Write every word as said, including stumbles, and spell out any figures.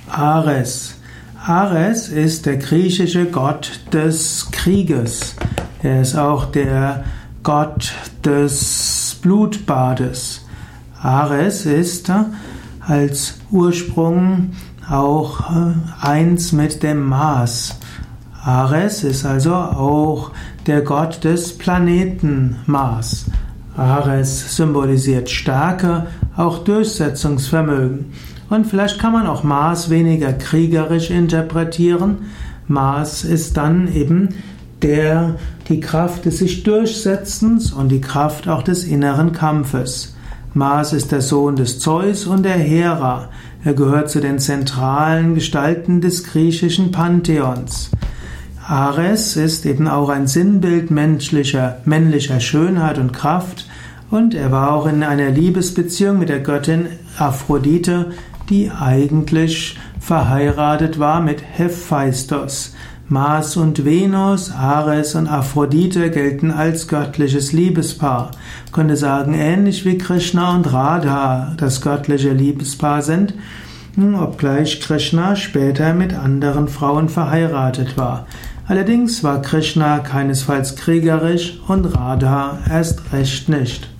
Ares. Ares ist der griechische Gott des Krieges. Er ist auch der Gott des Blutbades. Ares ist als Ursprung auch eins mit dem Mars. Ares ist also auch der Gott des Planeten Mars. Ares symbolisiert Stärke, auch Durchsetzungsvermögen. Und vielleicht kann man auch Mars weniger kriegerisch interpretieren. Mars ist dann eben der, die Kraft des sich Durchsetzens und die Kraft auch des inneren Kampfes. Mars ist der Sohn des Zeus und der Hera. Er gehört zu den zentralen Gestalten des griechischen Pantheons. Ares ist eben auch ein Sinnbild menschlicher, männlicher Schönheit und Kraft, und er war auch in einer Liebesbeziehung mit der Göttin Aphrodite, die eigentlich verheiratet war mit Hephaistos. Mars und Venus, Ares und Aphrodite gelten als göttliches Liebespaar. Man könnte sagen, ähnlich wie Krishna und Radha das göttliche Liebespaar sind, obgleich Krishna später mit anderen Frauen verheiratet war. Allerdings war Krishna keinesfalls kriegerisch und Radha erst recht nicht.